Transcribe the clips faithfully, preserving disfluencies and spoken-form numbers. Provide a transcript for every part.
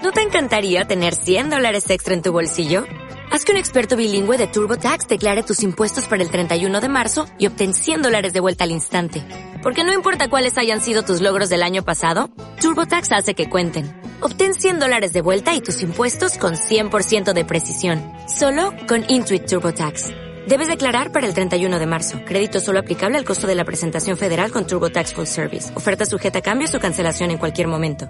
¿No te encantaría tener cien dólares extra en tu bolsillo? Haz que un experto bilingüe de TurboTax declare tus impuestos para el treinta y uno de marzo y obtén cien dólares de vuelta al instante. Porque no importa cuáles hayan sido tus logros del año pasado, TurboTax hace que cuenten. Obtén cien dólares de vuelta y tus impuestos con cien por ciento de precisión. Solo con Intuit TurboTax. Debes declarar para el treinta y uno de marzo. Crédito solo aplicable al costo de la presentación federal con TurboTax Full Service. Oferta sujeta a cambios o cancelación en cualquier momento.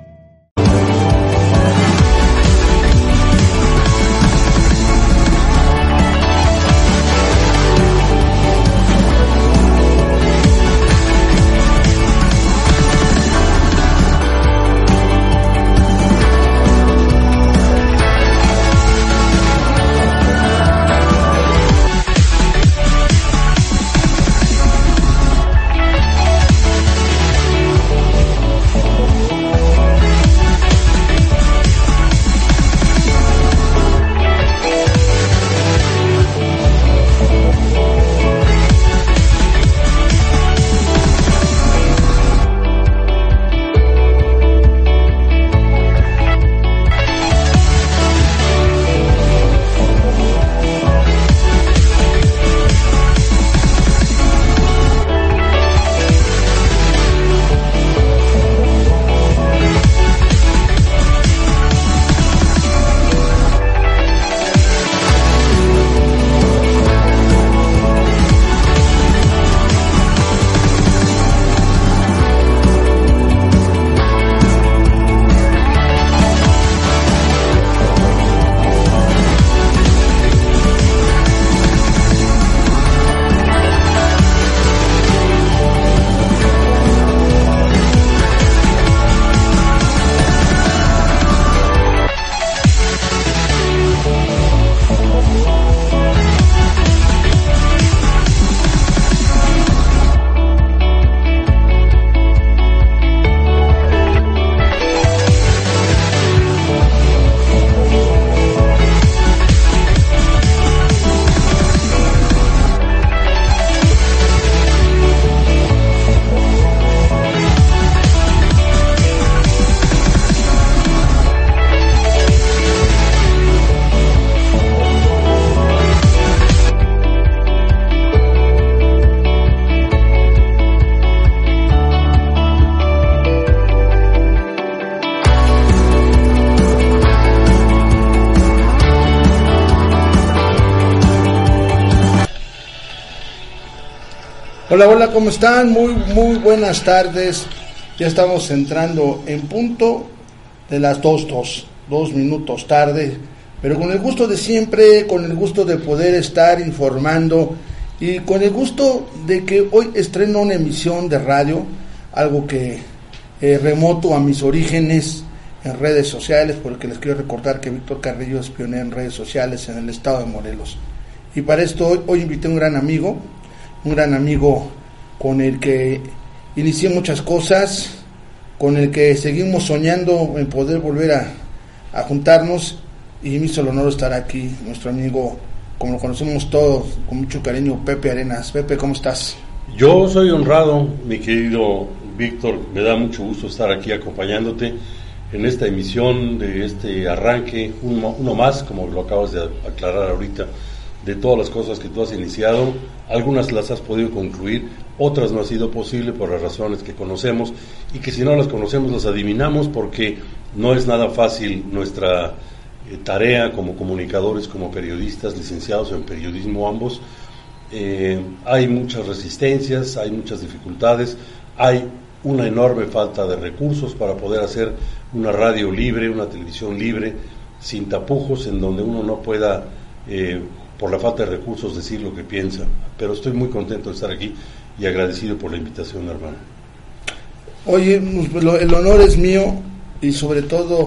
Hola, hola, ¿cómo están? Muy, muy buenas tardes. Ya estamos entrando en punto de las dos, dos, dos minutos tarde, pero con el gusto de siempre, con el gusto de poder estar informando y con el gusto de que hoy estreno una emisión de radio, algo que eh, remoto a mis orígenes en redes sociales, porque les quiero recordar que Víctor Carrillo es pionero en redes sociales en el estado de Morelos. Y para esto hoy, hoy invité a un gran amigo, un gran amigo con el que inicié muchas cosas, con el que seguimos soñando en poder volver a, a juntarnos, y me hizo el honor estar aquí, nuestro amigo, como lo conocemos todos, con mucho cariño, Pepe Arenas. Pepe, ¿cómo estás? Yo soy honrado, mi querido Víctor, me da mucho gusto estar aquí acompañándote en esta emisión de este arranque, uno, uno más, como lo acabas de aclarar ahorita, de todas las cosas que tú has iniciado. Algunas las has podido concluir, otras no ha sido posible por las razones que conocemos, y que si no las conocemos las adivinamos, porque no es nada fácil nuestra eh, tarea como comunicadores, como periodistas, licenciados en periodismo ambos. Eh, hay muchas resistencias, hay muchas dificultades, hay una enorme falta de recursos para poder hacer una radio libre, una televisión libre, sin tapujos, en donde uno no pueda eh, por la falta de recursos decir lo que piensa. Pero estoy muy contento de estar aquí y agradecido por la invitación, hermano. Oye, el honor es mío, y sobre todo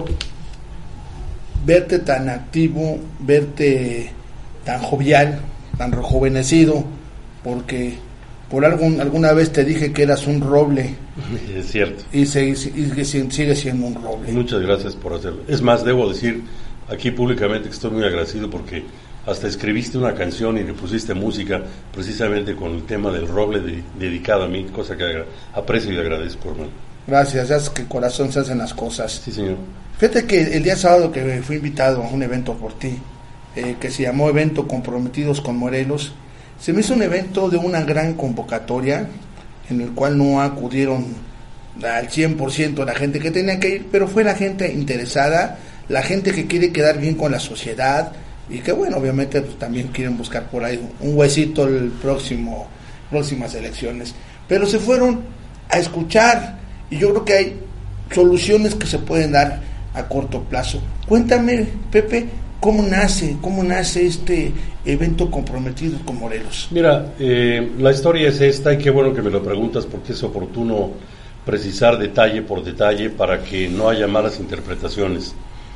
verte tan activo, verte tan jovial, tan rejuvenecido, porque por algún, alguna vez te dije que eras un roble. Es cierto. Y, se, y sigue siendo un roble. Muchas gracias por hacerlo. Es más, debo decir aquí públicamente que estoy muy agradecido, porque hasta escribiste una canción y le pusiste música precisamente con el tema del roble de, dedicado a mí, cosa que agra- aprecio y agradezco, hermano. Gracias, ya es que corazón se hacen las cosas. Sí, señor. Fíjate que el día sábado que fui invitado a un evento por ti, eh, que se llamó Evento Comprometidos con Morelos, se me hizo un evento de una gran convocatoria, en el cual no acudieron al cien por ciento la gente que tenía que ir, pero fue la gente interesada, la gente que quiere quedar bien con la sociedad, y que bueno, obviamente pues, también quieren buscar por ahí un huesito el próximo próximas elecciones, pero se fueron a escuchar, y yo creo que hay soluciones que se pueden dar a corto plazo. Cuéntame, Pepe, cómo nace, cómo nace este evento Comprometidos con Morelos. Mira, eh, la historia es esta, y qué bueno que me lo preguntas, porque es oportuno precisar detalle por detalle para que no haya malas interpretaciones.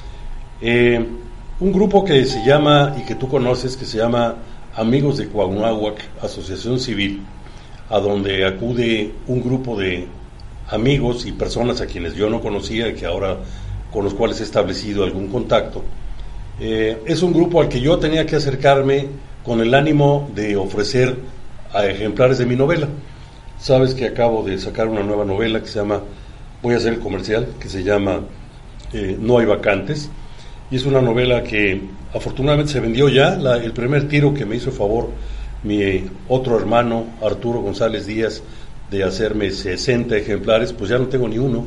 Eh, un grupo que se llama, y que tú conoces, que se llama Amigos de Cuauhnáhuac, Asociación Civil, a donde acude un grupo de amigos y personas a quienes yo no conocía y que ahora con los cuales he establecido algún contacto. Eh, es un grupo al que yo tenía que acercarme con el ánimo de ofrecer a ejemplares de mi novela. Sabes que acabo de sacar una nueva novela que se llama, voy a hacer el comercial, que se llama eh, No hay vacantes, y es una novela que afortunadamente se vendió ya. La, el primer tiro que me hizo favor mi otro hermano, Arturo González Díaz, de hacerme sesenta ejemplares, pues ya no tengo ni uno,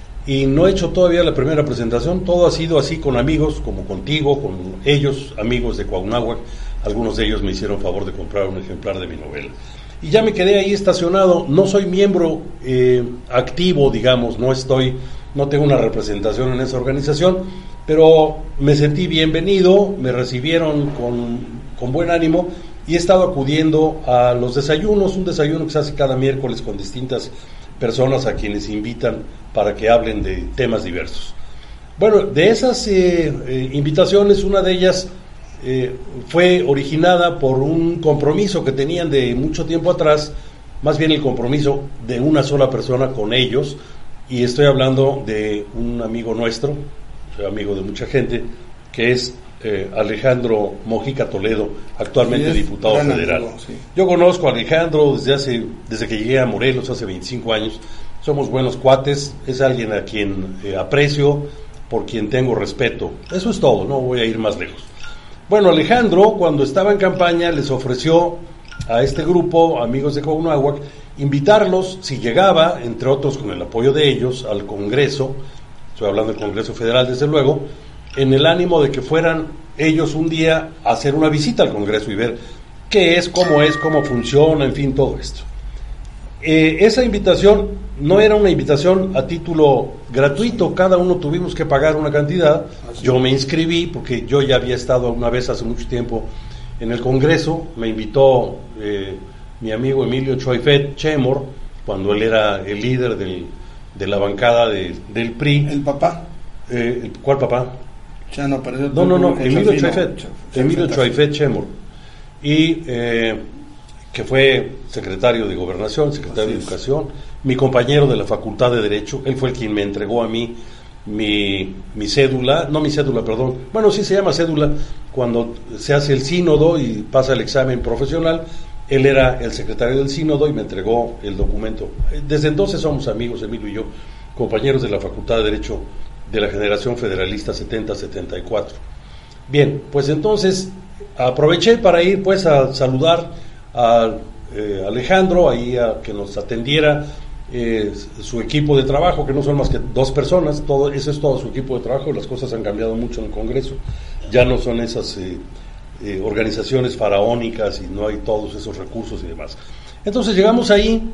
y no he hecho todavía la primera presentación. Todo ha sido así con amigos, como contigo, con ellos, amigos de Cuauhnáhuac. Algunos de ellos me hicieron favor de comprar un ejemplar de mi novela. Y ya me quedé ahí estacionado. No soy miembro eh, activo, digamos, no estoy, no tengo una representación en esa organización, pero me sentí bienvenido, me recibieron con, con buen ánimo, y he estado acudiendo a los desayunos, un desayuno que se hace cada miércoles con distintas personas a quienes invitan para que hablen de temas diversos. Bueno, de esas eh, eh, invitaciones, una de ellas eh, fue originada por un compromiso que tenían de mucho tiempo atrás, más bien el compromiso de una sola persona con ellos, y estoy hablando de un amigo nuestro, soy amigo de mucha gente, que es eh, Alejandro Mojica Toledo, actualmente sí, diputado federal. Amigo, sí. Yo conozco a Alejandro desde hace desde que llegué a Morelos hace veinticinco años. Somos buenos cuates, es alguien a quien eh, aprecio, por quien tengo respeto. Eso es todo, no voy a ir más lejos. Bueno, Alejandro, cuando estaba en campaña, les ofreció a este grupo, Amigos de Cuauhnáhuac, invitarlos, si llegaba, entre otros con el apoyo de ellos, al Congreso, estoy hablando del Congreso Federal desde luego, en el ánimo de que fueran ellos un día a hacer una visita al Congreso y ver qué es, cómo es, cómo funciona, en fin, todo esto. Eh, esa invitación no era una invitación a título gratuito, cada uno tuvimos que pagar una cantidad. Yo me inscribí porque yo ya había estado una vez hace mucho tiempo en el Congreso, me invitó eh, mi amigo Emilio Choifet Chemor, cuando él era el líder del, de la bancada de, del P R I. ¿El papá? Eh, ¿Cuál papá? Ya no, no, no, no, Emilio Choifet, Emilio Choifet Chemor, y eh, que fue secretario de Gobernación, secretario de Educación, mi compañero de la Facultad de Derecho. Él fue el quien me entregó a mí mi, mi cédula, no mi cédula, perdón, bueno, sí se llama cédula, cuando se hace el sínodo y pasa el examen profesional. Él era el secretario del sínodo y me entregó el documento. Desde entonces somos amigos, Emilio y yo, compañeros de la Facultad de Derecho de la generación federalista setenta setenta y cuatro. Bien, pues entonces aproveché para ir pues a saludar a eh, Alejandro, ahí a que nos atendiera eh, su equipo de trabajo, que no son más que dos personas, todo, ese es todo su equipo de trabajo. Las cosas han cambiado mucho en el Congreso, ya no son esas eh, eh, organizaciones faraónicas y no hay todos esos recursos y demás. Entonces llegamos ahí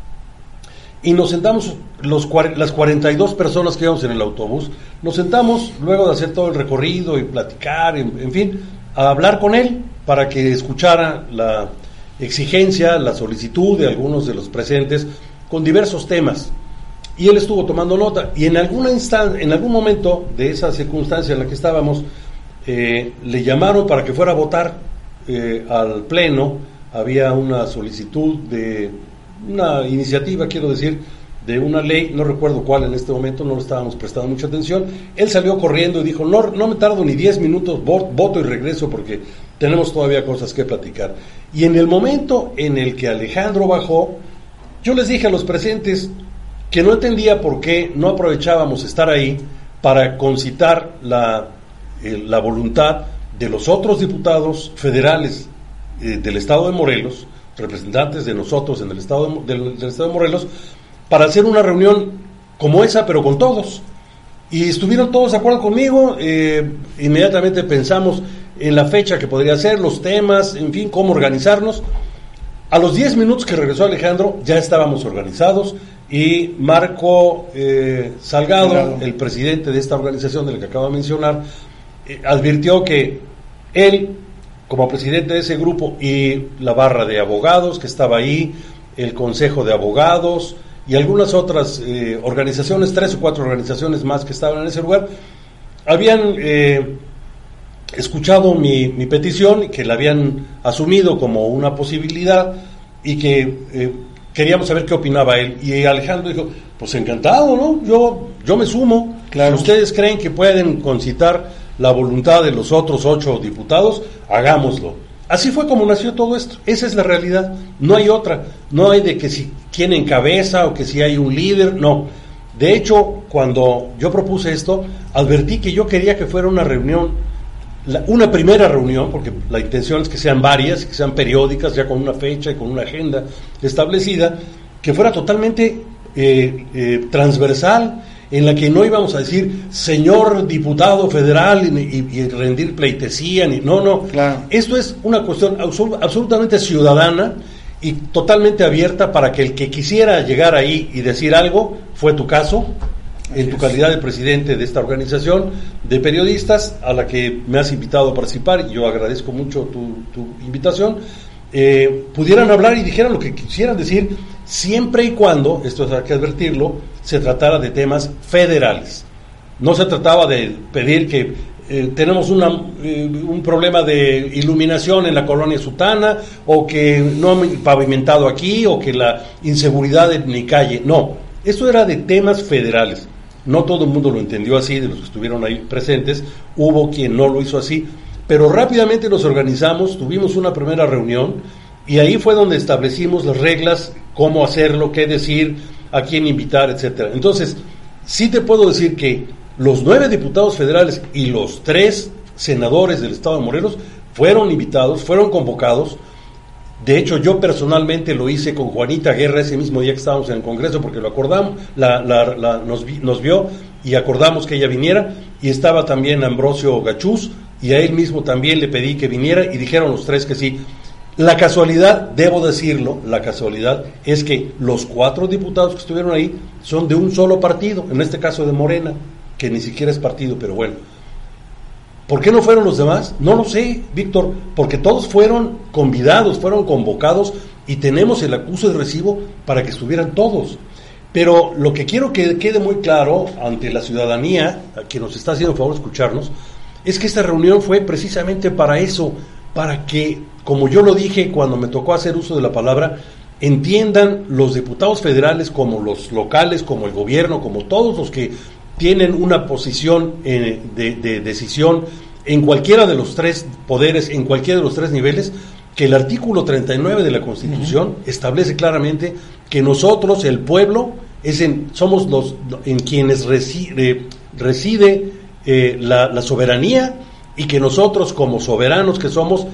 y nos sentamos, los, las cuarenta y dos personas que íbamos en el autobús, nos sentamos luego de hacer todo el recorrido y platicar, en, en fin, a hablar con él para que escuchara la exigencia, la solicitud de algunos de los presentes con diversos temas. Y él estuvo tomando nota, y en alguna instan- en algún momento de esa circunstancia en la que estábamos, eh, le llamaron para que fuera a votar eh, al Pleno. Había una solicitud de una iniciativa, quiero decir, de una ley, no recuerdo cuál en este momento, no le estábamos prestando mucha atención. Él salió corriendo y dijo, no, no me tardo ni diez minutos, voto y regreso porque tenemos todavía cosas que platicar. Y en el momento en el que Alejandro bajó, yo les dije a los presentes que no entendía por qué no aprovechábamos estar ahí para concitar la, eh, la voluntad de los otros diputados federales eh, del Estado de Morelos, representantes de nosotros en el Estado de, del, del Estado de Morelos, para hacer una reunión como esa, pero con todos. Y estuvieron todos de acuerdo conmigo, eh, inmediatamente pensamos en la fecha que podría ser, los temas, en fin, cómo organizarnos. A los diez minutos que regresó Alejandro, ya estábamos organizados, y Marco eh, Salgado, Salgado, el presidente de esta organización de la que acabo de mencionar, eh, advirtió que él, como presidente de ese grupo, y la barra de abogados que estaba ahí, el consejo de abogados y algunas otras eh, organizaciones, tres o cuatro organizaciones más que estaban en ese lugar, habían eh, escuchado mi, mi petición, que la habían asumido como una posibilidad y que eh, queríamos saber qué opinaba él. Y Alejandro dijo, pues encantado, ¿no? Yo, yo me sumo. Claro. Si ustedes creen que pueden concitar la voluntad de los otros ocho diputados, hagámoslo. Así fue como nació todo esto. Esa es la realidad, no hay otra. No hay de que si quién encabeza o que si hay un líder, no. De hecho, cuando yo propuse esto, advertí que yo quería que fuera una reunión, la, una primera reunión, porque la intención es que sean varias, que sean periódicas, ya con una fecha y con una agenda establecida, que fuera totalmente eh, eh, transversal, en la que no íbamos a decir señor diputado federal y, y, y rendir pleitesía, ni, no, no, claro. Esto es una cuestión absol, absolutamente ciudadana y totalmente abierta para que el que quisiera llegar ahí y decir algo, fue tu caso, en tu calidad de presidente de esta organización de periodistas a la que me has invitado a participar, y yo agradezco mucho tu, tu invitación, eh, pudieran hablar y dijeran lo que quisieran decir, siempre y cuando, esto hay que advertirlo, se tratara de temas federales. No se trataba de pedir que eh, tenemos una, eh, un problema de iluminación en la colonia Sutana, o que no han pavimentado aquí, o que la inseguridad en mi calle. No, esto era de temas federales. No todo el mundo lo entendió así, de los que estuvieron ahí presentes, hubo quien no lo hizo así, pero rápidamente nos organizamos, tuvimos una primera reunión, y ahí fue donde establecimos las reglas, cómo hacerlo, qué decir, a quién invitar, etcétera. Entonces, sí te puedo decir que los nueve diputados federales y los tres senadores del Estado de Morelos fueron invitados, fueron convocados. De hecho, yo personalmente lo hice con Juanita Guerra ese mismo día que estábamos en el Congreso, porque lo acordamos, la, la, la, nos, vi, nos vio y acordamos que ella viniera, y estaba también Ambrosio Gachús, y a él mismo también le pedí que viniera, y dijeron los tres que sí. La casualidad, debo decirlo, la casualidad es que los cuatro diputados que estuvieron ahí son de un solo partido, en este caso de Morena, que ni siquiera es partido, pero bueno. ¿Por qué no fueron los demás? No lo sé, Víctor, porque todos fueron convidados, fueron convocados, y tenemos el acuso de recibo para que estuvieran todos. Pero lo que quiero que quede muy claro ante la ciudadanía, que nos está haciendo el favor de escucharnos, es que esta reunión fue precisamente para eso, para que, como yo lo dije cuando me tocó hacer uso de la palabra, entiendan los diputados federales como los locales, como el gobierno, como todos los que tienen una posición eh, de, de decisión en cualquiera de los tres poderes, en cualquiera de los tres niveles, que el artículo treinta y nueve de la Constitución uh-huh. establece claramente que nosotros, el pueblo, es en, somos los en quienes reside, reside eh, la, la soberanía, y que nosotros, como soberanos que somos,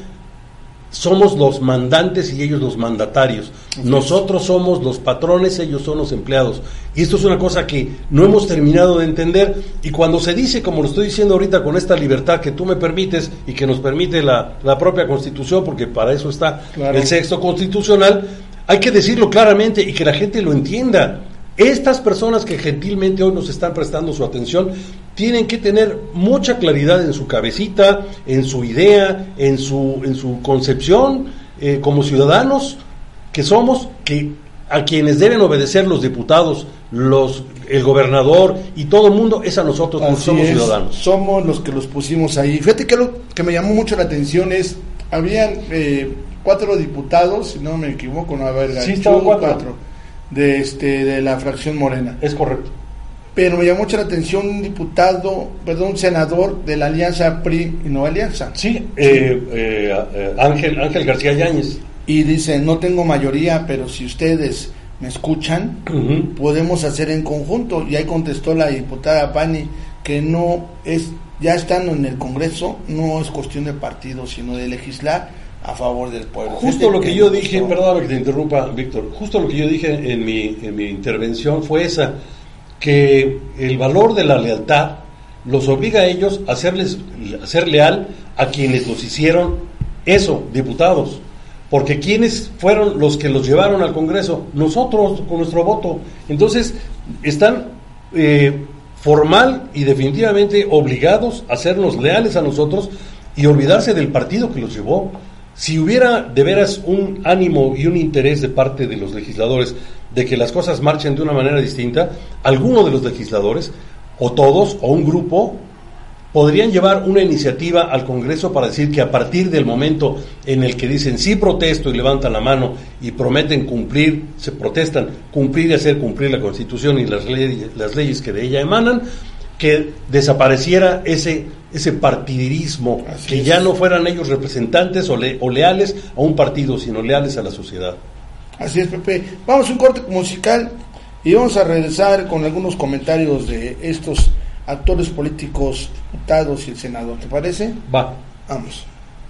somos los mandantes y ellos los mandatarios. Nosotros somos los patrones, ellos son los empleados. Y esto es una cosa que no hemos terminado de entender, y cuando se dice, como lo estoy diciendo ahorita, con esta libertad que tú me permites y que nos permite la, la propia Constitución, porque para eso está claro. El texto constitucional, hay que decirlo claramente y que la gente lo entienda. Estas personas que gentilmente hoy nos están prestando su atención tienen que tener mucha claridad en su cabecita, en su idea, en su, en su concepción, eh, como ciudadanos que somos, que a quienes deben obedecer los diputados, los el gobernador y todo el mundo, es a nosotros, porque somos es, ciudadanos. Somos los que los pusimos ahí. Fíjate que lo que me llamó mucho la atención es, habían eh, cuatro diputados, si no me equivoco, no, a ver, sí, estaban cuatro. cuatro. De este de la fracción Morena. Es correcto. Pero me llamó mucho la atención un diputado, perdón, un senador de la alianza P R I y Nueva Alianza. Sí, sí. Eh, eh, eh, Ángel Ángel García Yáñez. Y dice, no tengo mayoría, pero si ustedes me escuchan, uh-huh. podemos hacer en conjunto. Y ahí contestó la diputada Pani que no es, ya estando en el Congreso, no es cuestión de partido, sino de legislar a favor del pueblo. Justo Fíjate lo que, que yo dije, gustó. perdóname que te interrumpa, Víctor, justo lo que yo dije en mi, en mi intervención fue esa, que el valor de la lealtad los obliga a ellos a, serles, a ser leal a quienes los hicieron eso, diputados. Porque ¿quiénes fueron los que los llevaron al Congreso? Nosotros, con nuestro voto. Entonces, están eh, formal y definitivamente obligados a sernos leales a nosotros y olvidarse del partido que los llevó. Si hubiera de veras un ánimo y un interés de parte de los legisladores de que las cosas marchen de una manera distinta, alguno de los legisladores, o todos, o un grupo, podrían llevar una iniciativa al Congreso para decir que a partir del momento en el que dicen sí protesto y levantan la mano y prometen cumplir, se protestan, cumplir y hacer cumplir la Constitución y las leyes, las leyes que de ella emanan, que desapareciera ese, ese partidirismo, Así que es. Ya no fueran ellos representantes o, le, o leales a un partido, sino leales a la sociedad. Así es, Pepe. Vamos a un corte musical y vamos a regresar con algunos comentarios de estos actores políticos, diputados y el senador. ¿Te parece? Va. Vamos.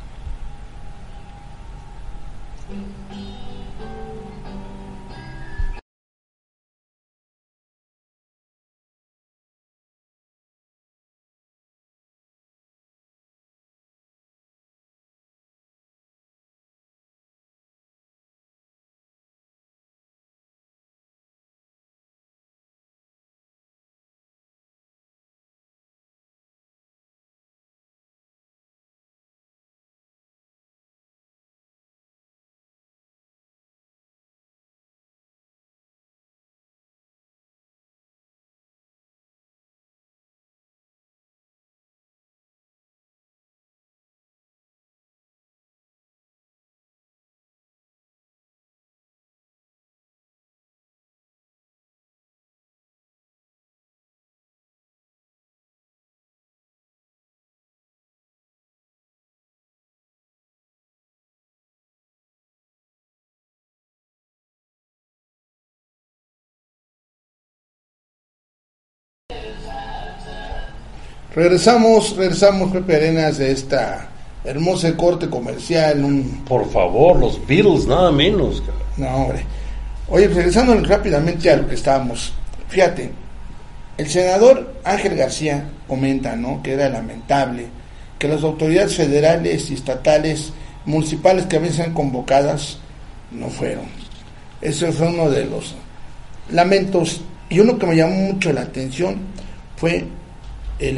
Regresamos, regresamos Pepe Arenas de esta hermosa corte comercial. Un... Por favor, los Beatles, nada menos. No, hombre. Oye, pues regresando rápidamente a lo que estábamos. Fíjate, el senador Ángel García comenta, ¿no?, que era lamentable que las autoridades federales y estatales, municipales que habían sido convocadas, no fueron. Ese fue uno de los lamentos. Y uno que me llamó mucho la atención fue El,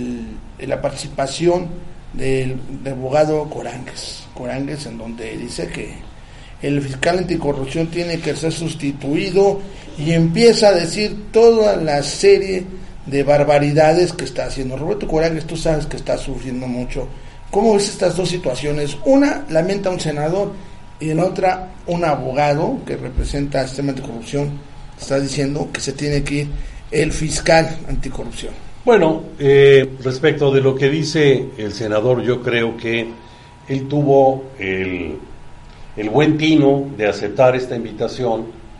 el, la participación del, del abogado Corangues, Corangues, en donde dice que el fiscal anticorrupción tiene que ser sustituido y empieza a decir toda la serie de barbaridades que está haciendo. Roberto Corangues, tú sabes que está sufriendo mucho. ¿Cómo ves estas dos situaciones? Una, lamenta a un senador, y en otra, un abogado que representa al sistema anticorrupción está diciendo que se tiene que ir el fiscal anticorrupción. Bueno, eh, respecto de lo que dice el senador, yo creo que él tuvo el, el buen tino de aceptar esta invitación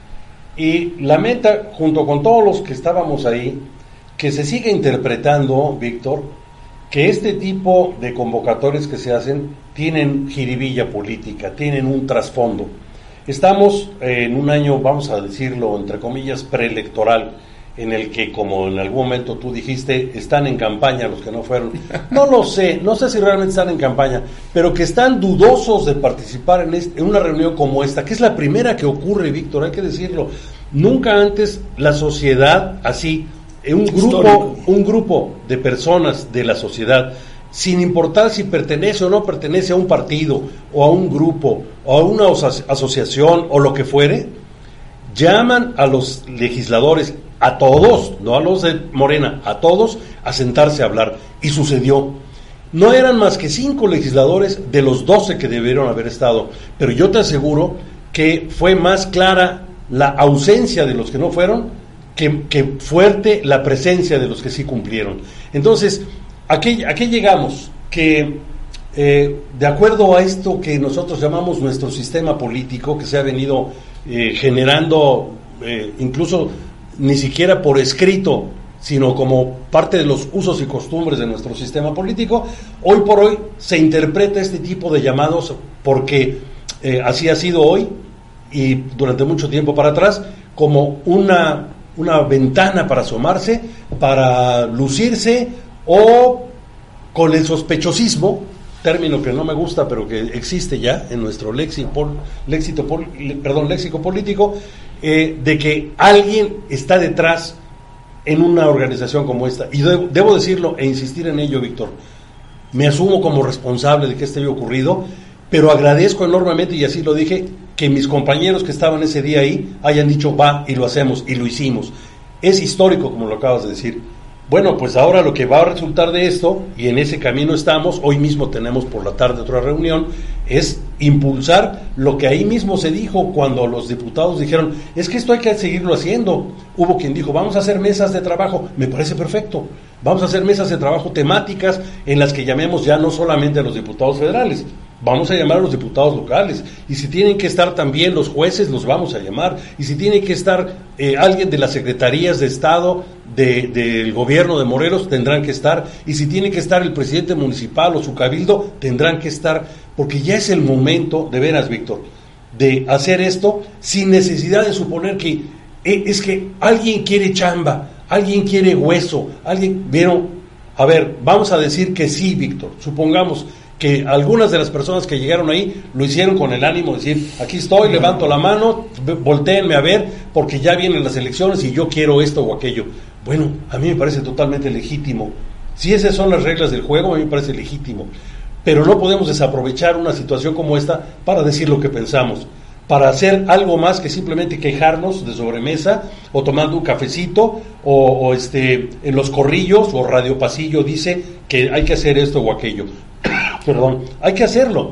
y lamenta, junto con todos los que estábamos ahí, que se siga interpretando, Víctor, que este tipo de convocatorias que se hacen tienen jiribilla política, tienen un trasfondo. Estamos en un año, vamos a decirlo, entre comillas, preelectoral, en el que, como en algún momento tú dijiste, están en campaña los que no fueron. No lo sé, no sé si realmente están en campaña, pero que están dudosos de participar en, este, en una reunión como esta, que es la primera que ocurre, Víctor, hay que decirlo. Nunca antes la sociedad, así, un grupo, un grupo de personas de la sociedad, sin importar si pertenece o no pertenece a un partido, o a un grupo, o a una asociación, o lo que fuere, llaman a los legisladores, a todos, no a los de Morena, a todos, a sentarse a hablar. Y sucedió. No eran más que cinco legisladores de los doce que debieron haber estado, pero yo te aseguro que fue más clara la ausencia de los que no fueron que, que fuerte la presencia de los que sí cumplieron. Entonces, ¿a qué, a qué llegamos? Que eh, de acuerdo a esto que nosotros llamamos nuestro sistema político, que se ha venido eh, generando, eh, incluso ni siquiera por escrito, sino como parte de los usos y costumbres de nuestro sistema político, hoy por hoy se interpreta este tipo de llamados porque eh, así ha sido hoy y durante mucho tiempo para atrás, como una, una ventana para asomarse, para lucirse o con el sospechosismo, término que no me gusta pero que existe ya en nuestro léxico, léxico, perdón, léxico político, eh, de que alguien está detrás en una organización como esta. Y debo, debo decirlo e insistir en ello, Víctor, me asumo como responsable de que esto haya ocurrido, pero agradezco enormemente, y así lo dije, que mis compañeros que estaban ese día ahí hayan dicho, va, y lo hacemos, y lo hicimos. Es histórico, como lo acabas de decir. Bueno, pues ahora lo que va a resultar de esto, y en ese camino estamos, hoy mismo tenemos por la tarde otra reunión, es impulsar lo que ahí mismo se dijo cuando los diputados dijeron, es que esto hay que seguirlo haciendo. Hubo quien dijo, vamos a hacer mesas de trabajo, me parece perfecto, vamos a hacer mesas de trabajo temáticas en las que llamemos ya no solamente a los diputados federales, vamos a llamar a los diputados locales, y si tienen que estar también los jueces, los vamos a llamar, y si tiene que estar eh, alguien de las secretarías de Estado de, del gobierno de Morelos, tendrán que estar, y si tiene que estar el presidente municipal o su cabildo, tendrán que estar, porque ya es el momento, de veras, Víctor, de hacer esto sin necesidad de suponer que eh, es que alguien quiere chamba, alguien quiere hueso, alguien, vieron, a ver, vamos a decir que sí, Víctor, supongamos que algunas de las personas que llegaron ahí lo hicieron con el ánimo de decir, aquí estoy, levanto la mano, voltéenme a ver, porque ya vienen las elecciones y yo quiero esto o aquello. Bueno, a mí me parece totalmente legítimo. Si esas son las reglas del juego, a mí me parece legítimo. Pero no podemos desaprovechar una situación como esta para decir lo que pensamos, para hacer algo más que simplemente quejarnos de sobremesa, o tomando un cafecito, o, o este, en los corrillos, o Radio Pasillo dice que hay que hacer esto o aquello. Perdón, hay que hacerlo,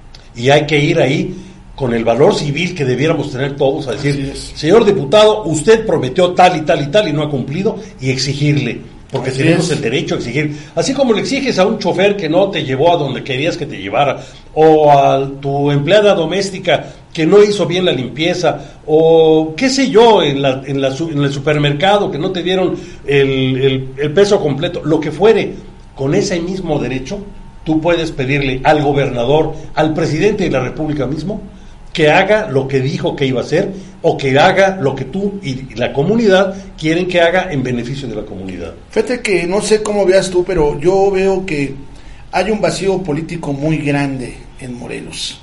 y hay que ir ahí con el valor civil que debiéramos tener todos a decir, señor diputado, usted prometió tal y tal y tal y no ha cumplido, y exigirle, porque así tenemos es. el derecho a exigir, así como le exiges a un chofer que no te llevó a donde querías que te llevara, o a tu empleada doméstica que no hizo bien la limpieza, o qué sé yo, en, la, en, la, en el supermercado que no te dieron el, el, el peso completo, lo que fuere, con ese mismo derecho tú puedes pedirle al gobernador, al presidente de la República mismo, que haga lo que dijo que iba a hacer, o que haga lo que tú y la comunidad quieren que haga en beneficio de la comunidad. Fíjate que no sé cómo veas tú, pero yo veo que hay un vacío político muy grande en Morelos.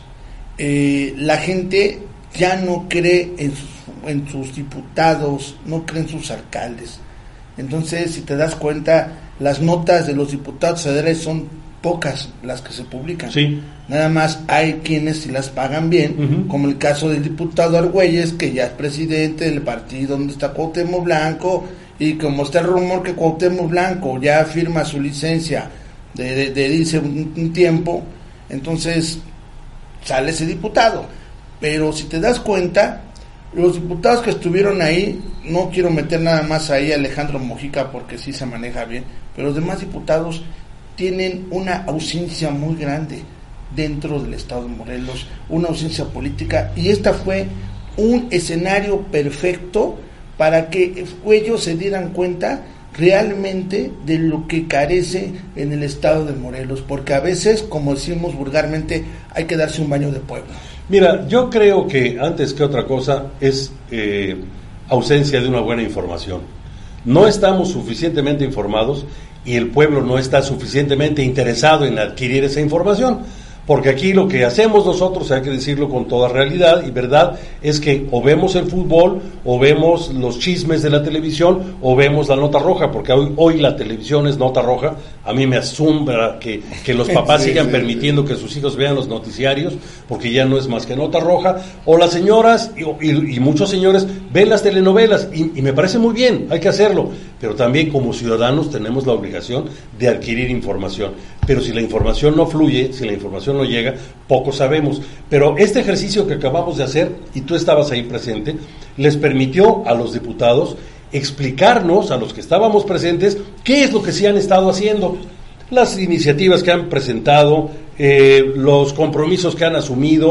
Eh, la gente ya no cree en sus, en sus diputados, no cree en sus alcaldes. Entonces, si te das cuenta, las notas de los diputados federales son pocas las que se publican. Sí. Nada más hay quienes si las pagan bien, uh-huh. como el caso del diputado Argüelles, que ya es presidente del partido donde está Cuauhtémoc Blanco, y como está el rumor que Cuauhtémoc Blanco ya firma su licencia de, de, de irse un, un tiempo, entonces sale ese diputado. Pero si te das cuenta, los diputados que estuvieron ahí, no quiero meter nada más ahí a Alejandro Mojica porque sí se maneja bien, pero los demás diputados tienen una ausencia muy grande dentro del estado de Morelos, una ausencia política, y esta fue un escenario perfecto para que ellos se dieran cuenta realmente de lo que carece en el estado de Morelos, porque a veces, como decimos vulgarmente, hay que darse un baño de pueblo. Mira, yo creo que antes que otra cosa es eh, ausencia de una buena información. No estamos suficientemente informados y el pueblo no está suficientemente interesado en adquirir esa información, porque aquí lo que hacemos nosotros, hay que decirlo con toda realidad y verdad, es que o vemos el fútbol, o vemos los chismes de la televisión, o vemos la nota roja, porque hoy, hoy la televisión es nota roja. A mí me asombra que, que los papás sí, sigan sí, permitiendo sí. que sus hijos vean los noticiarios, porque ya no es más que nota roja, o las señoras y, y, y muchos señores ven las telenovelas, y, y me parece muy bien, hay que hacerlo, pero también como ciudadanos tenemos la obligación de adquirir información. Pero si la información no fluye, si la información no llega, poco sabemos. Pero este ejercicio que acabamos de hacer, y tú estabas ahí presente, les permitió a los diputados explicarnos, a los que estábamos presentes, qué es lo que se han estado haciendo, las iniciativas que han presentado, eh, los compromisos que han asumido,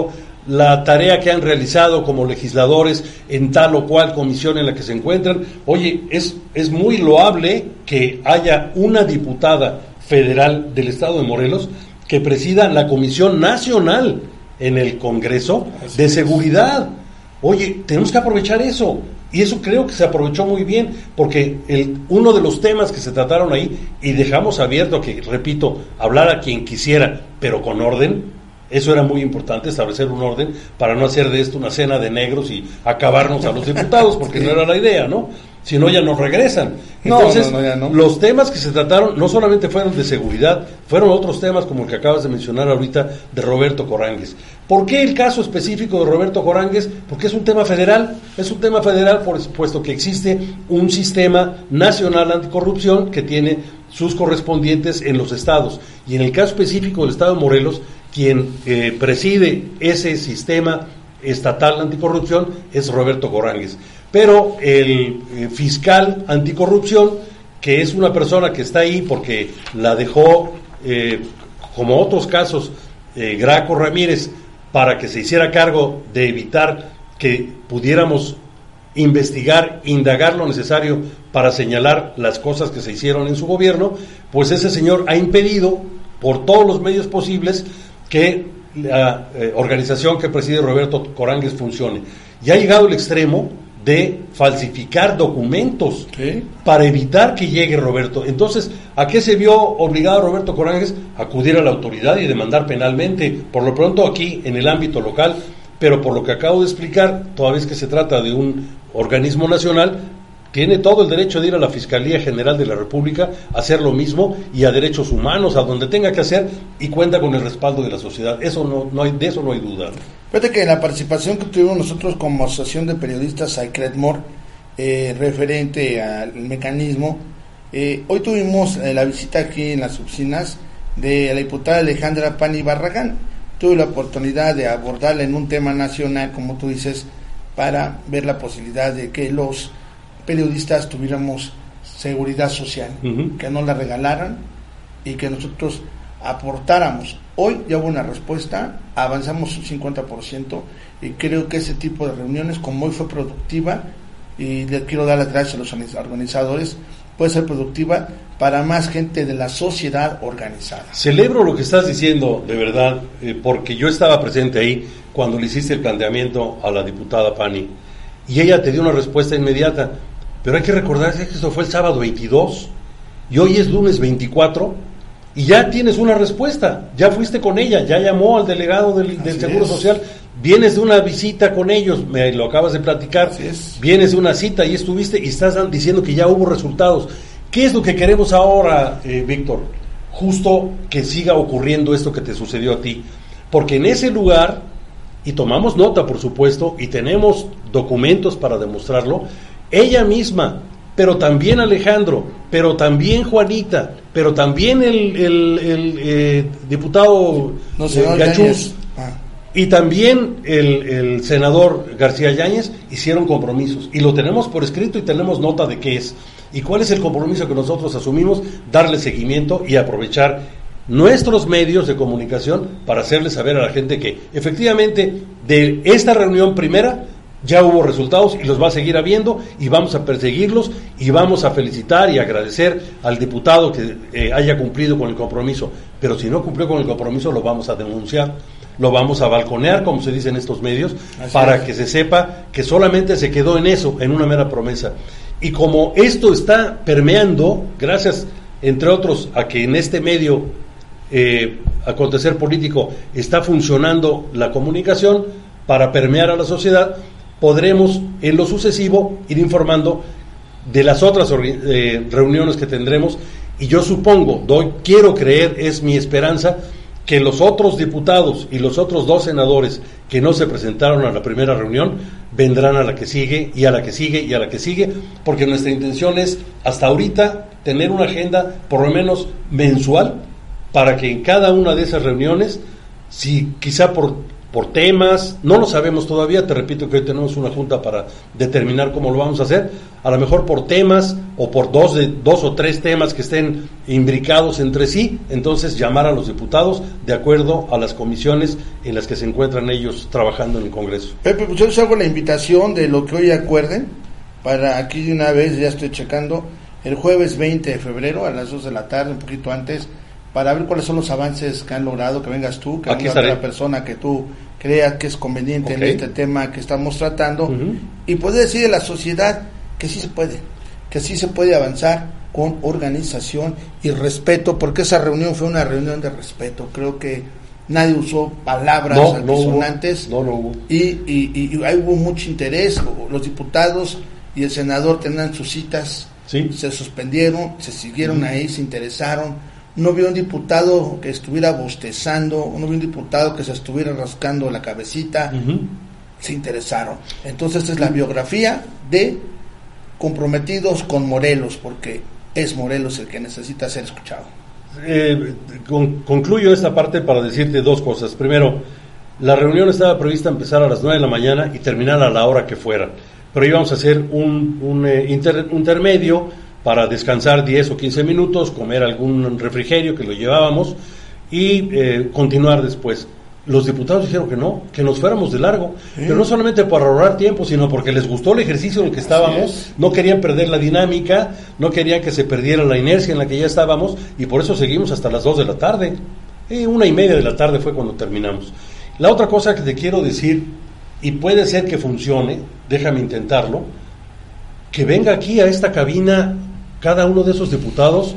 la tarea que han realizado como legisladores en tal o cual comisión en la que se encuentran. Oye, es, es muy loable que haya una diputada federal del estado de Morelos que presida la Comisión Nacional en el Congreso de Seguridad. Oye, tenemos que aprovechar eso, y eso creo que se aprovechó muy bien, porque el, uno de los temas que se trataron ahí, y dejamos abierto a que, repito, hablara quien quisiera, pero con orden. Eso era muy importante, establecer un orden para no hacer de esto una cena de negros y acabarnos a los diputados, porque sí. No era la idea, ¿no? Si no, ya nos regresan. Entonces, no, no, no, ya no. Los temas que se trataron no solamente fueron de seguridad, fueron otros temas como el que acabas de mencionar ahorita de Roberto Coránguez. ¿Por qué el caso específico de Roberto Coránguez? Porque es un tema federal, es un tema federal por puesto que existe un sistema nacional anticorrupción que tiene sus correspondientes en los estados. Y en el caso específico del estado de Morelos, quien eh, preside ese sistema estatal anticorrupción es Roberto Coránguez. Pero el eh, fiscal anticorrupción, que es una persona que está ahí porque la dejó, eh, como otros casos, eh, Graco Ramírez, para que se hiciera cargo de evitar que pudiéramos investigar, indagar lo necesario para señalar las cosas que se hicieron en su gobierno, pues ese señor ha impedido por todos los medios posibles que la eh, organización que preside Roberto Coránguez funcione. Y ha llegado el extremo de falsificar documentos ¿sí? para evitar que llegue Roberto. Entonces, ¿a qué se vio obligado Roberto Coránguez? A acudir a la autoridad y demandar penalmente, por lo pronto aquí en el ámbito local, pero por lo que acabo de explicar, toda vez que se trata de un organismo nacional, tiene todo el derecho de ir a la Fiscalía General de la República a hacer lo mismo, y a Derechos Humanos, a donde tenga que hacer, y cuenta con el respaldo de la sociedad. Eso no, no hay, de eso no hay duda. Fíjate que la participación que tuvimos nosotros como Asociación de Periodistas Aicredmor, eh, referente al mecanismo, eh, hoy tuvimos eh, la visita aquí en las oficinas de la diputada Alejandra Pani Barragán. Tuve la oportunidad de abordarla en un tema nacional, como tú dices, para ver la posibilidad de que los periodistas tuviéramos seguridad social, uh-huh. que no la regalaran y que nosotros aportáramos. Hoy ya hubo una respuesta, avanzamos un cincuenta por ciento, y creo que ese tipo de reuniones, como hoy fue productiva, y le quiero dar las gracias a los organizadores, puede ser productiva para más gente de la sociedad organizada. Celebro lo que estás diciendo, de verdad, eh, porque yo estaba presente ahí cuando le hiciste el planteamiento a la diputada Pani, y ella te dio una respuesta inmediata. Pero hay que recordar que esto fue el sábado veintidós y hoy es lunes veinticuatro, y ya tienes una respuesta, ya fuiste con ella, ya llamó al delegado del, del Seguro es. Social, vienes de una visita con ellos, me lo acabas de platicar, vienes de una cita y estuviste y estás diciendo que ya hubo resultados. ¿Qué es lo que queremos ahora, eh, Víctor? Justo que siga ocurriendo esto que te sucedió a ti, porque en ese lugar, y tomamos nota por supuesto, y tenemos documentos para demostrarlo, ella misma, pero también Alejandro, pero también Juanita, pero también el, el, el eh, diputado no sé, eh, Gachús, ah. y también el, el senador García Yáñez hicieron compromisos, y lo tenemos por escrito y tenemos nota de qué es, y cuál es el compromiso que nosotros asumimos, darle seguimiento y aprovechar nuestros medios de comunicación para hacerle saber a la gente que efectivamente de esta reunión primera ya hubo resultados y los va a seguir habiendo, y vamos a perseguirlos y vamos a felicitar y agradecer al diputado que eh, haya cumplido con el compromiso, pero si no cumplió con el compromiso lo vamos a denunciar, lo vamos a balconear, como se dice en estos medios, así para es. Que se sepa que solamente se quedó en eso, en una mera promesa. Y como esto está permeando, gracias entre otros a que en este medio eh, acontecer político está funcionando la comunicación para permear a la sociedad, podremos en lo sucesivo ir informando de las otras eh, reuniones que tendremos, y yo supongo, doy, quiero creer, es mi esperanza, que los otros diputados y los otros dos senadores que no se presentaron a la primera reunión vendrán a la que sigue y a la que sigue y a la que sigue, porque nuestra intención es hasta ahorita tener una agenda por lo menos mensual, para que en cada una de esas reuniones, si quizá por por temas, no lo sabemos todavía, te repito que hoy tenemos una junta para determinar cómo lo vamos a hacer, a lo mejor por temas o por dos, de, dos o tres temas que estén imbricados entre sí, entonces llamar a los diputados de acuerdo a las comisiones en las que se encuentran ellos trabajando en el Congreso. Pepe, pues yo les hago la invitación de lo que hoy acuerden, para aquí de una vez, ya estoy checando, el jueves veinte de febrero a las dos de la tarde, un poquito antes, para ver cuáles son los avances que han logrado, que vengas tú, que Aquí venga estaré. otra persona que tú creas que es conveniente Okay. en este tema que estamos tratando, Uh-huh. y poder decir a la sociedad que sí se puede, que sí se puede avanzar con organización y respeto, porque esa reunión fue una reunión de respeto. Creo que nadie usó palabras No, no hubo, altisonantes, no, no hubo. y, y, y, y ahí hubo mucho interés. Los diputados y el senador tenían sus citas, Sí. se suspendieron, se siguieron Uh-huh. ahí, se interesaron. No vi un diputado que estuviera bostezando, no vi un diputado que se estuviera rascando la cabecita, Uh-huh. se interesaron. Entonces esta es la biografía de comprometidos con Morelos, porque es Morelos el que necesita ser escuchado. Eh, con, concluyo esta parte para decirte dos cosas. Primero, la reunión estaba prevista empezar a las nueve de la mañana y terminar a la hora que fuera, pero íbamos a hacer un, un eh, inter, intermedio para descansar diez o quince minutos, comer algún refrigerio que lo llevábamos y eh, continuar después. Los diputados dijeron que no, que nos fuéramos de largo, ¿Sí? pero no solamente para ahorrar tiempo, sino porque les gustó el ejercicio en el que estábamos, no querían perder la dinámica, no querían que se perdiera la inercia en la que ya estábamos, y por eso seguimos hasta las dos de la tarde. Eh, una y media de la tarde fue cuando terminamos. La otra cosa que te quiero decir, y puede ser que funcione, déjame intentarlo, que venga aquí a esta cabina cada uno de esos diputados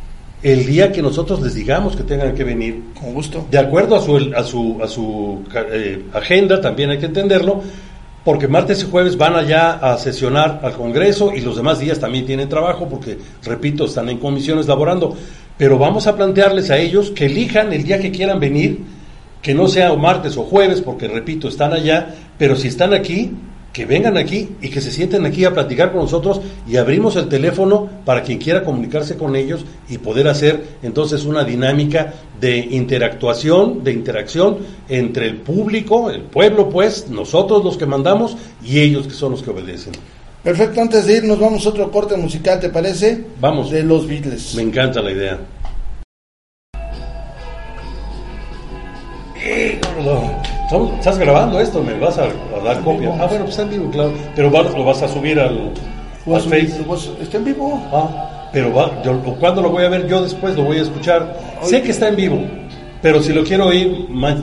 el día que nosotros les digamos que tengan que venir, Con gusto. de acuerdo a su a su a su eh, agenda, también hay que entenderlo, porque martes y jueves van allá a sesionar al Congreso y los demás días también tienen trabajo porque, repito, están en comisiones laborando, pero vamos a plantearles a ellos que elijan el día que quieran venir, que no sea martes o jueves, porque, repito, están allá, pero si están aquí, que vengan aquí y que se sienten aquí a platicar con nosotros, y abrimos el teléfono para quien quiera comunicarse con ellos y poder hacer entonces una dinámica de interactuación, de interacción entre el público, el pueblo pues, nosotros los que mandamos y ellos que son los que obedecen. Perfecto, antes de irnos vamos a otro corte musical, ¿te parece? Vamos. De los Beatles. Me encanta la idea. Estamos- ¿Estás grabando esto? ¿Me vas a, a dar copia? Ah, bueno, pues está en vivo, claro. Pero va- lo vas a subir al, Voy a al subir- Face. voy a- ¿Está en vivo? Ah, pero va, yo, ¿cuándo lo voy a ver? Yo después lo voy a escuchar. Sé que está en vivo, pero si lo quiero oír más.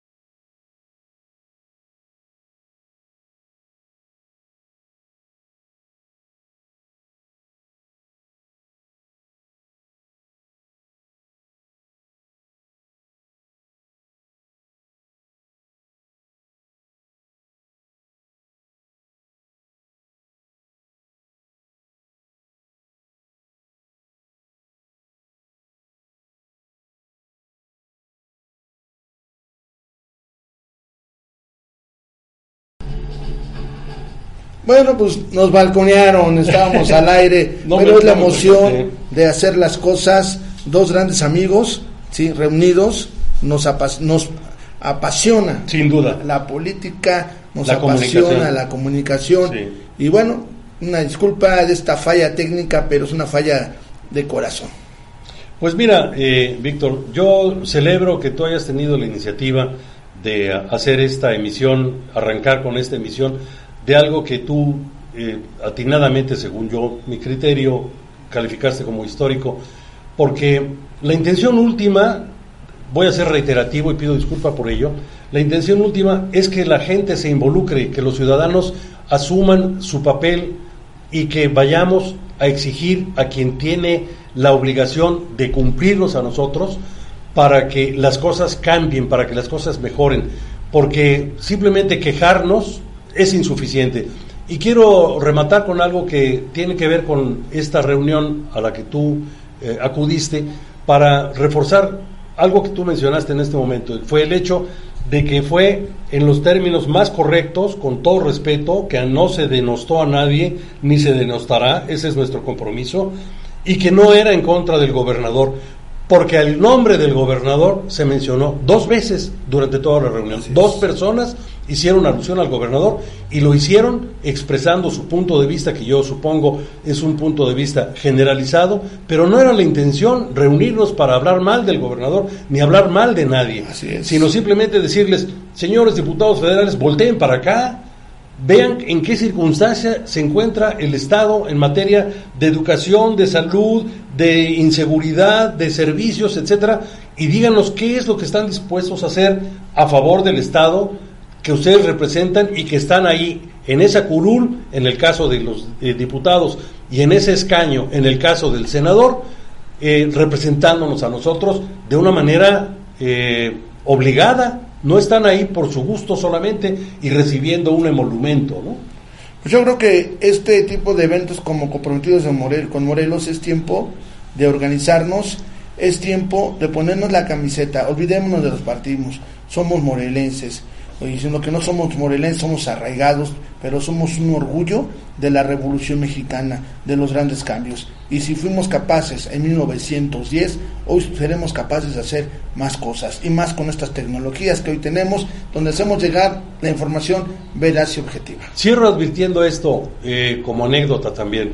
Bueno, pues nos balconearon, estábamos al aire, No pero me- es la no me emoción presenté. de hacer las cosas, dos grandes amigos, sí, reunidos, nos, apas- nos apasiona Sin duda. la política, nos La apasiona comunicación. la comunicación, Sí. y bueno, una disculpa de esta falla técnica, pero es una falla de corazón. Pues mira, eh, Víctor, yo celebro que tú hayas tenido la iniciativa de a- hacer esta emisión, arrancar con esta emisión de algo que tú eh, atinadamente, según yo, mi criterio, calificaste como histórico, porque la intención última, voy a ser reiterativo y pido disculpa por ello, la intención última es que la gente se involucre, que los ciudadanos asuman su papel y que vayamos a exigir a quien tiene la obligación de cumplirnos a nosotros para que las cosas cambien, para que las cosas mejoren, porque simplemente quejarnos es insuficiente. Y quiero rematar con algo que tiene que ver con esta reunión a la que tú eh, acudiste para reforzar algo que tú mencionaste en este momento. Fue el hecho de que fue en los términos más correctos, con todo respeto, que no se denostó a nadie, ni se denostará, ese es nuestro compromiso, y que no era en contra del gobernador. porque el nombre del gobernador se mencionó dos veces durante toda la reunión. Dos personas hicieron alusión al gobernador y lo hicieron expresando su punto de vista, que yo supongo es un punto de vista generalizado, pero no era la intención reunirnos para hablar mal del gobernador ni hablar mal de nadie, sino simplemente decirles: señores diputados federales, volteen para acá, vean en qué circunstancia se encuentra el Estado en materia de educación, de salud, de inseguridad, de servicios, etcétera, y díganos qué es lo que están dispuestos a hacer a favor del Estado que ustedes representan y que están ahí en esa curul, en el caso de los eh, diputados, y en ese escaño, en el caso del senador, eh, representándonos a nosotros de una manera eh, obligada. No están ahí por su gusto solamente y recibiendo un emolumento, ¿no? Pues yo creo que este tipo de eventos como comprometidos de Morel, con Morelos es tiempo de organizarnos, es tiempo de ponernos la camiseta, olvidémonos de los partidos, somos morelenses, diciendo que no somos morelenses, somos arraigados, pero somos un orgullo de la Revolución Mexicana, de los grandes cambios. Y si fuimos capaces en mil novecientos diez, hoy seremos capaces de hacer más cosas, y más con estas tecnologías que hoy tenemos, donde hacemos llegar la información veraz y objetiva. Cierro advirtiendo esto eh, como anécdota también.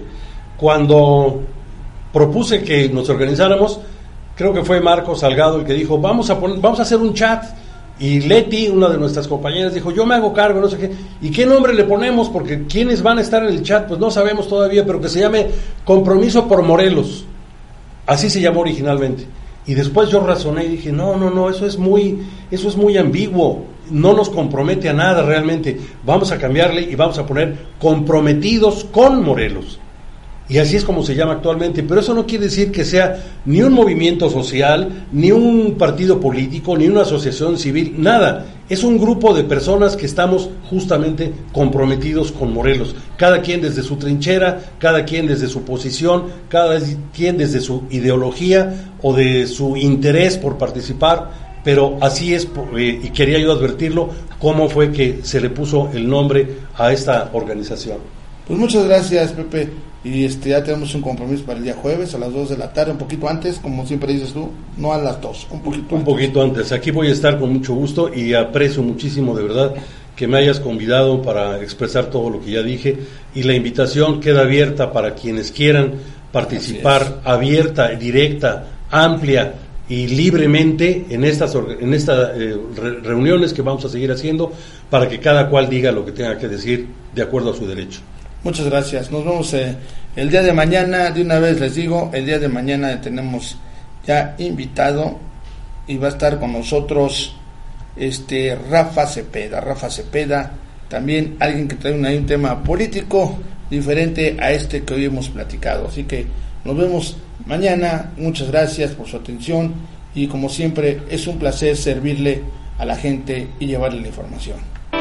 Cuando propuse que nos organizáramos, creo que fue Marco Salgado el que dijo: vamos a poner, vamos a hacer un chat. Y Leti, una de nuestras compañeras, dijo: yo me hago cargo, no sé qué. ¿Y qué nombre le ponemos? Porque ¿quiénes van a estar en el chat? Pues no sabemos todavía, pero que se llame Compromiso por Morelos. Así se llamó originalmente. Y después yo razoné y dije: no, no, no, eso es muy, eso es muy ambiguo. No nos compromete a nada realmente. Vamos a cambiarle y vamos a poner Comprometidos con Morelos. Y así es como se llama actualmente, pero eso no quiere decir que sea ni un movimiento social, ni un partido político, ni una asociación civil, nada. Es un grupo de personas que estamos justamente comprometidos con Morelos, cada quien desde su trinchera, cada quien desde su posición, cada quien desde su ideología o de su interés por participar, pero así es, eh, y quería yo advertirlo, cómo fue que se le puso el nombre a esta organización. Pues muchas gracias, Pepe. Y este ya tenemos un compromiso para el día jueves a las dos de la tarde, un poquito antes, como siempre dices tú, no a las dos, un poquito un antes. poquito antes. Aquí voy a estar con mucho gusto y aprecio muchísimo de verdad que me hayas convidado para expresar todo lo que ya dije, y la invitación queda abierta para quienes quieran participar, abierta, directa, amplia y libremente en estas en estas eh, re, reuniones que vamos a seguir haciendo, para que cada cual diga lo que tenga que decir de acuerdo a su derecho. Muchas gracias. Nos vemos eh, el día de mañana. De una vez les digo, el día de mañana tenemos ya invitado y va a estar con nosotros este Rafa Cepeda. Rafa Cepeda, también alguien que trae un, un tema político diferente a este que hoy hemos platicado. Así que nos vemos mañana. Muchas gracias por su atención y como siempre es un placer servirle a la gente y llevarle la información.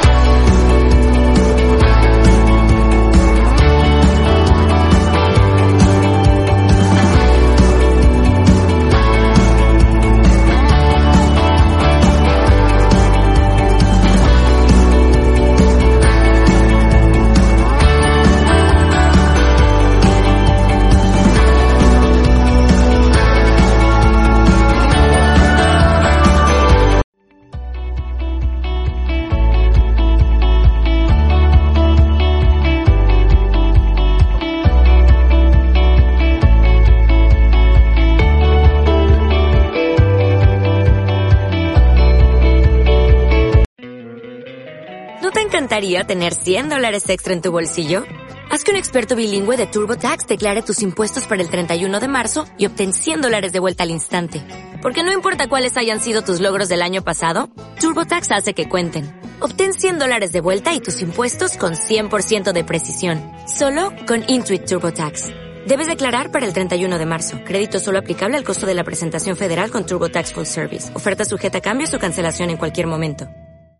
¿Encantaría tener cien dólares extra en tu bolsillo? Haz que un experto bilingüe de TurboTax declare tus impuestos para el treinta y uno de marzo y obtén cien dólares de vuelta al instante. Porque no importa cuáles hayan sido tus logros del año pasado, TurboTax hace que cuenten. Obtén cien dólares de vuelta y tus impuestos con cien por ciento de precisión. Solo con Intuit TurboTax. Debes declarar para el treinta y uno de marzo. Crédito solo aplicable al costo de la presentación federal con TurboTax Full Service. Oferta sujeta a cambios o cancelación en cualquier momento.